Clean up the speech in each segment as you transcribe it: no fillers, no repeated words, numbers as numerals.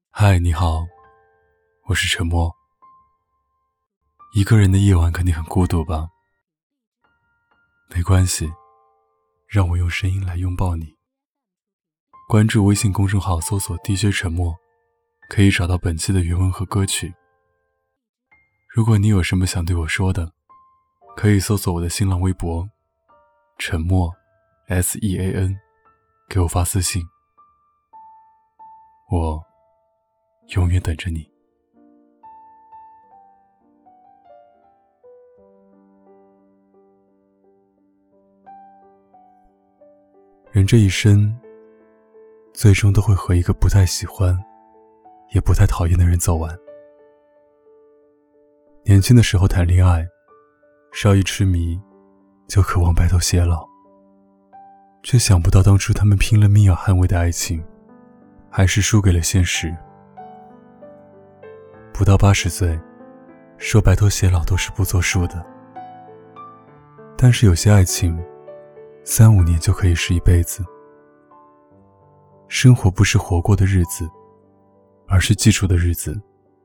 嗨，你好，我是沉默。一个人的夜晚肯定很孤独吧？没关系，让我用声音来拥抱你。关注微信公众号搜索 DJ 沉默，可以找到本期的原文和歌曲。如果你有什么想对我说的，可以搜索我的新浪微博沉默 SEAN 给我发私信，我永远等着你。人这一生最终都会和一个不太喜欢也不太讨厌的人走完。年轻的时候谈恋爱，稍一痴迷就渴望白头偕老，却想不到当初他们拼了命要捍卫的爱情还是输给了现实。不到80岁，说白头偕老都是不作数的。但是有些爱情3-5年就可以是一辈子。生活不是活过的日子，而是记住的日子。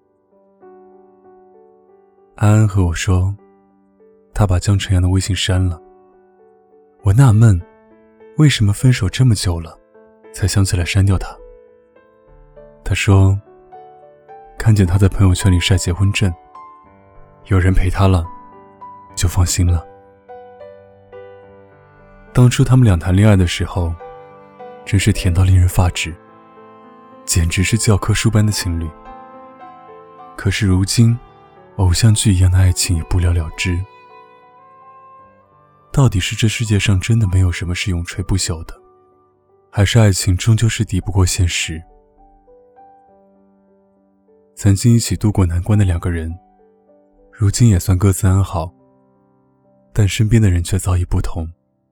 安安和我说，他把江晨阳的微信删了。我纳闷，为什么分手这么久了才想起来删掉他。他说看见他在朋友圈里晒结婚证，有人陪他了，就放心了。当初他们俩谈恋爱的时候，真是甜到令人发指，简直是教科书般的情侣。可是如今，偶像剧一样的爱情也不了了之。到底是这世界上真的没有什么是永垂不朽的，还是爱情终究是敌不过现实？曾经一起度过难关的两个人，如今也算各自安好，但身边的人却早已不同。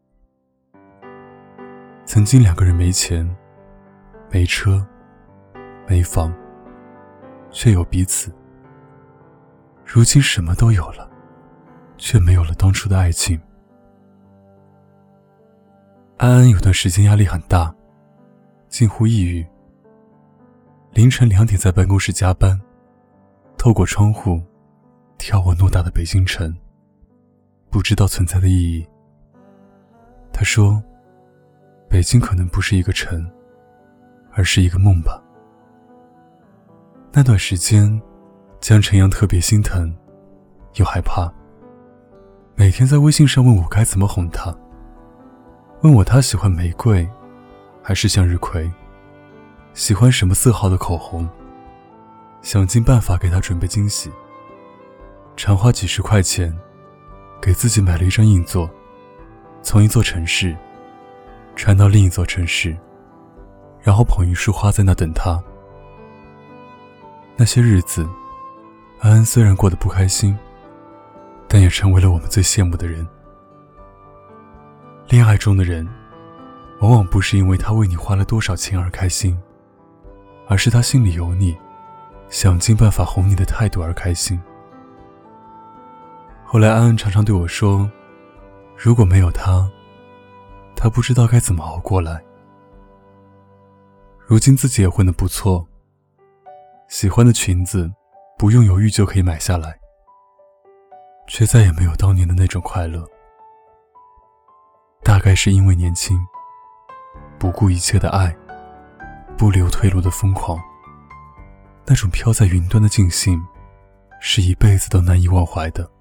曾经两个人没钱、没车、没房，却有彼此。如今什么都有了，却没有了当初的爱情。安安有段时间压力很大，近乎抑郁。凌晨2点在办公室加班，透过窗户眺望偌大的北京城，不知道存在的意义。他说北京可能不是一个城，而是一个梦吧。那段时间江晨阳特别心疼又害怕，每天在微信上问我该怎么哄他，问我他喜欢玫瑰还是向日葵，喜欢什么色号的口红，想尽办法给他准备惊喜。常花几十块钱给自己买了一张硬座，从一座城市传到另一座城市，然后捧一束花在那等他。那些日子，安安虽然过得不开心，但也成为了我们最羡慕的人。恋爱中的人往往不是因为他为你花了多少钱而开心，而是他心里有你，想尽办法哄你的态度而开心。后来安安常常对我说，如果没有他，他不知道该怎么熬过来。如今自己也混得不错，喜欢的裙子不用犹豫就可以买下来，却再也没有当年的那种快乐。大概是因为年轻，不顾一切的爱，不留退路的疯狂，那种飘在云端的尽兴，是一辈子都难以忘怀的。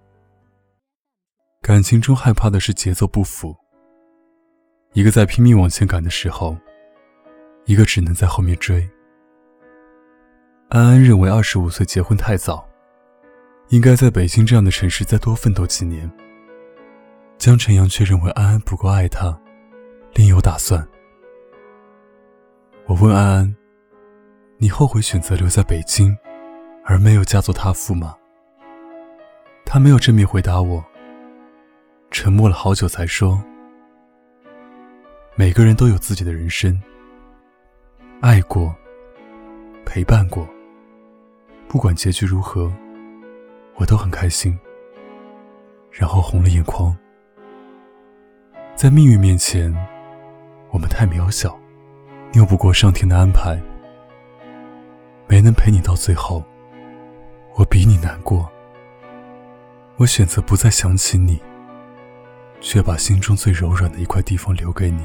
感情中害怕的是节奏不符，一个在拼命往前赶的时候，一个只能在后面追。安安认为25岁结婚太早，应该在北京这样的城市再多奋斗几年。江晨阳却认为安安不够爱他，另有打算。我问安安，你后悔选择留在北京，而没有嫁作他妇吗？他没有正面回答我，沉默了好久才说，每个人都有自己的人生，爱过，陪伴过，不管结局如何，我都很开心。然后红了眼眶。在命运面前，我们太渺小，拗不过上天的安排。 没能陪你到最后，我比你难过。我选择不再想起你，却把心中最柔软的一块地方留给你。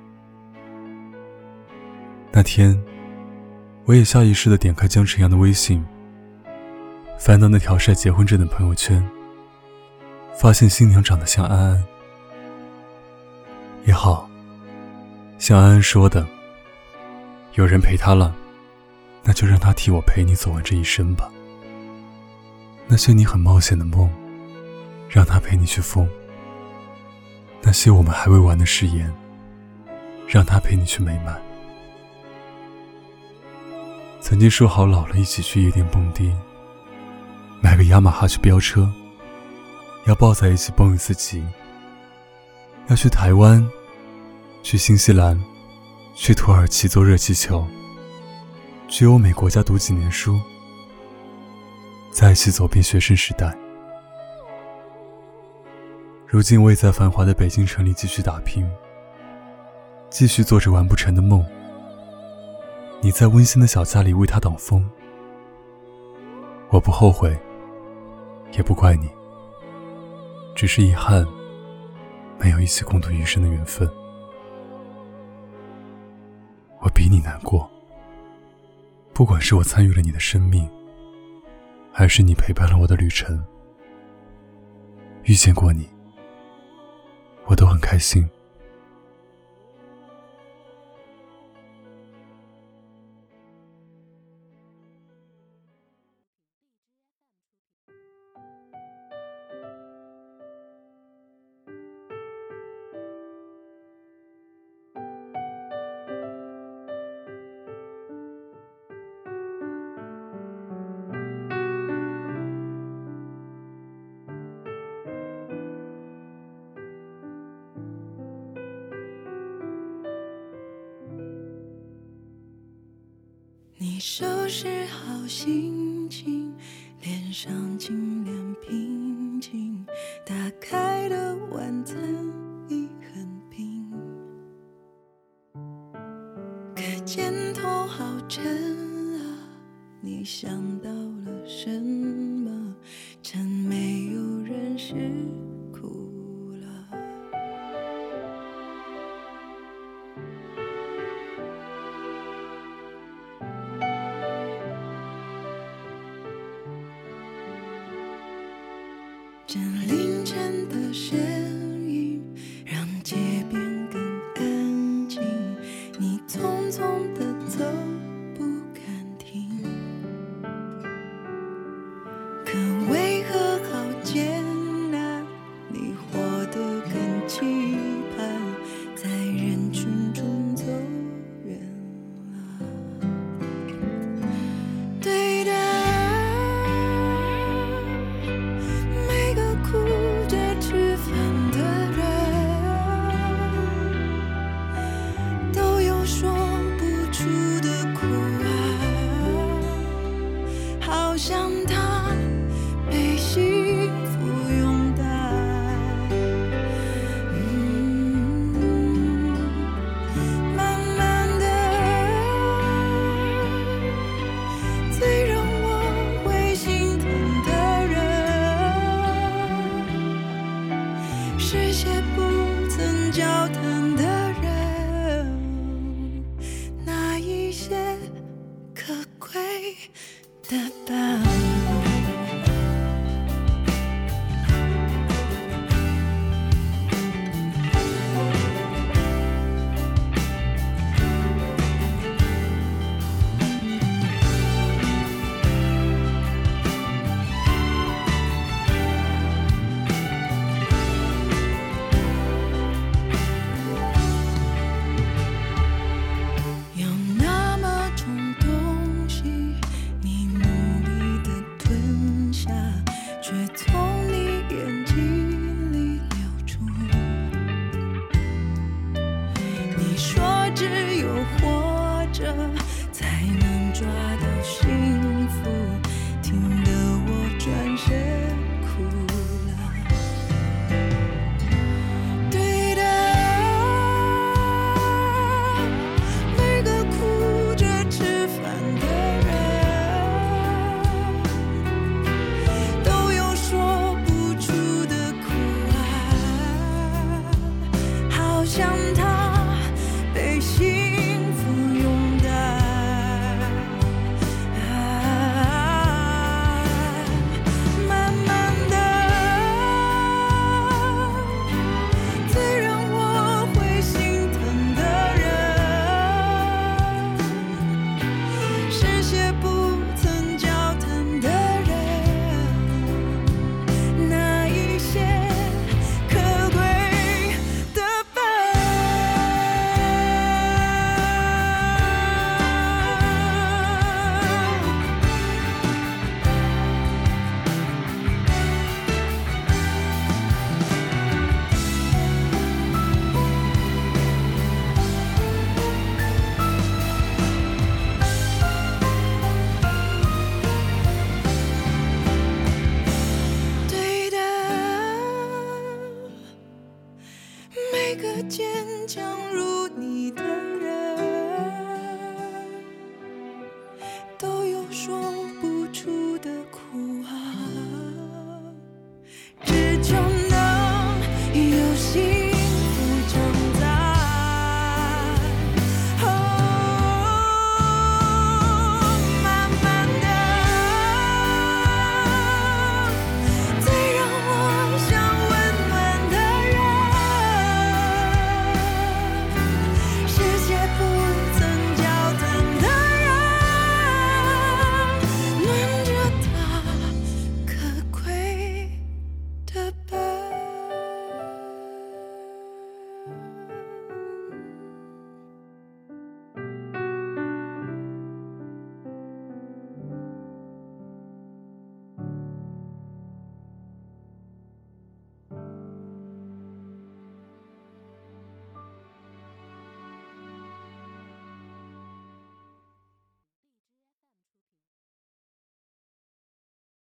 那天，我也下意识地点开江晨阳的微信，翻到那条晒结婚证的朋友圈，发现新娘长得像安安。也好，像安安说的，有人陪她了，那就让她替我陪你走完这一生吧。那些你很冒险的梦，让她陪你去疯。那些我们还未完的誓言，让她陪你去美满。曾经说好老了一起去夜店蹦迪，买个雅马哈去飙车，要抱在一起蹦一次极，要去台湾，去新西兰，去土耳其坐热气球，去欧美国家读几年书，在一起走遍学生时代。如今我也在繁华的北京城里继续打拼，继续做着完不成的梦。你在温馨的小家里为他挡风，我不后悔，也不怪你，只是遗憾没有一起共度余生的缘分。我比你难过，不管是我参与了你的生命，还是你陪伴了我的旅程，遇见过你，我都很开心。 你收拾好心情，脸上尽量平静，打开的晚餐已很平，可肩头好沉啊，你想到了什么？趁没有人时哭了。这凌晨的声音让街边更安静，你匆匆地走不敢停，可为何好艰难，你活得更期盼，在人群中走远了。对的，哭着吃饭的人，都有说不出的苦啊，好像他被幸福拥戴。慢慢的，最让我会心疼的人，是些不曾交谈的人，那一些可贵的伴。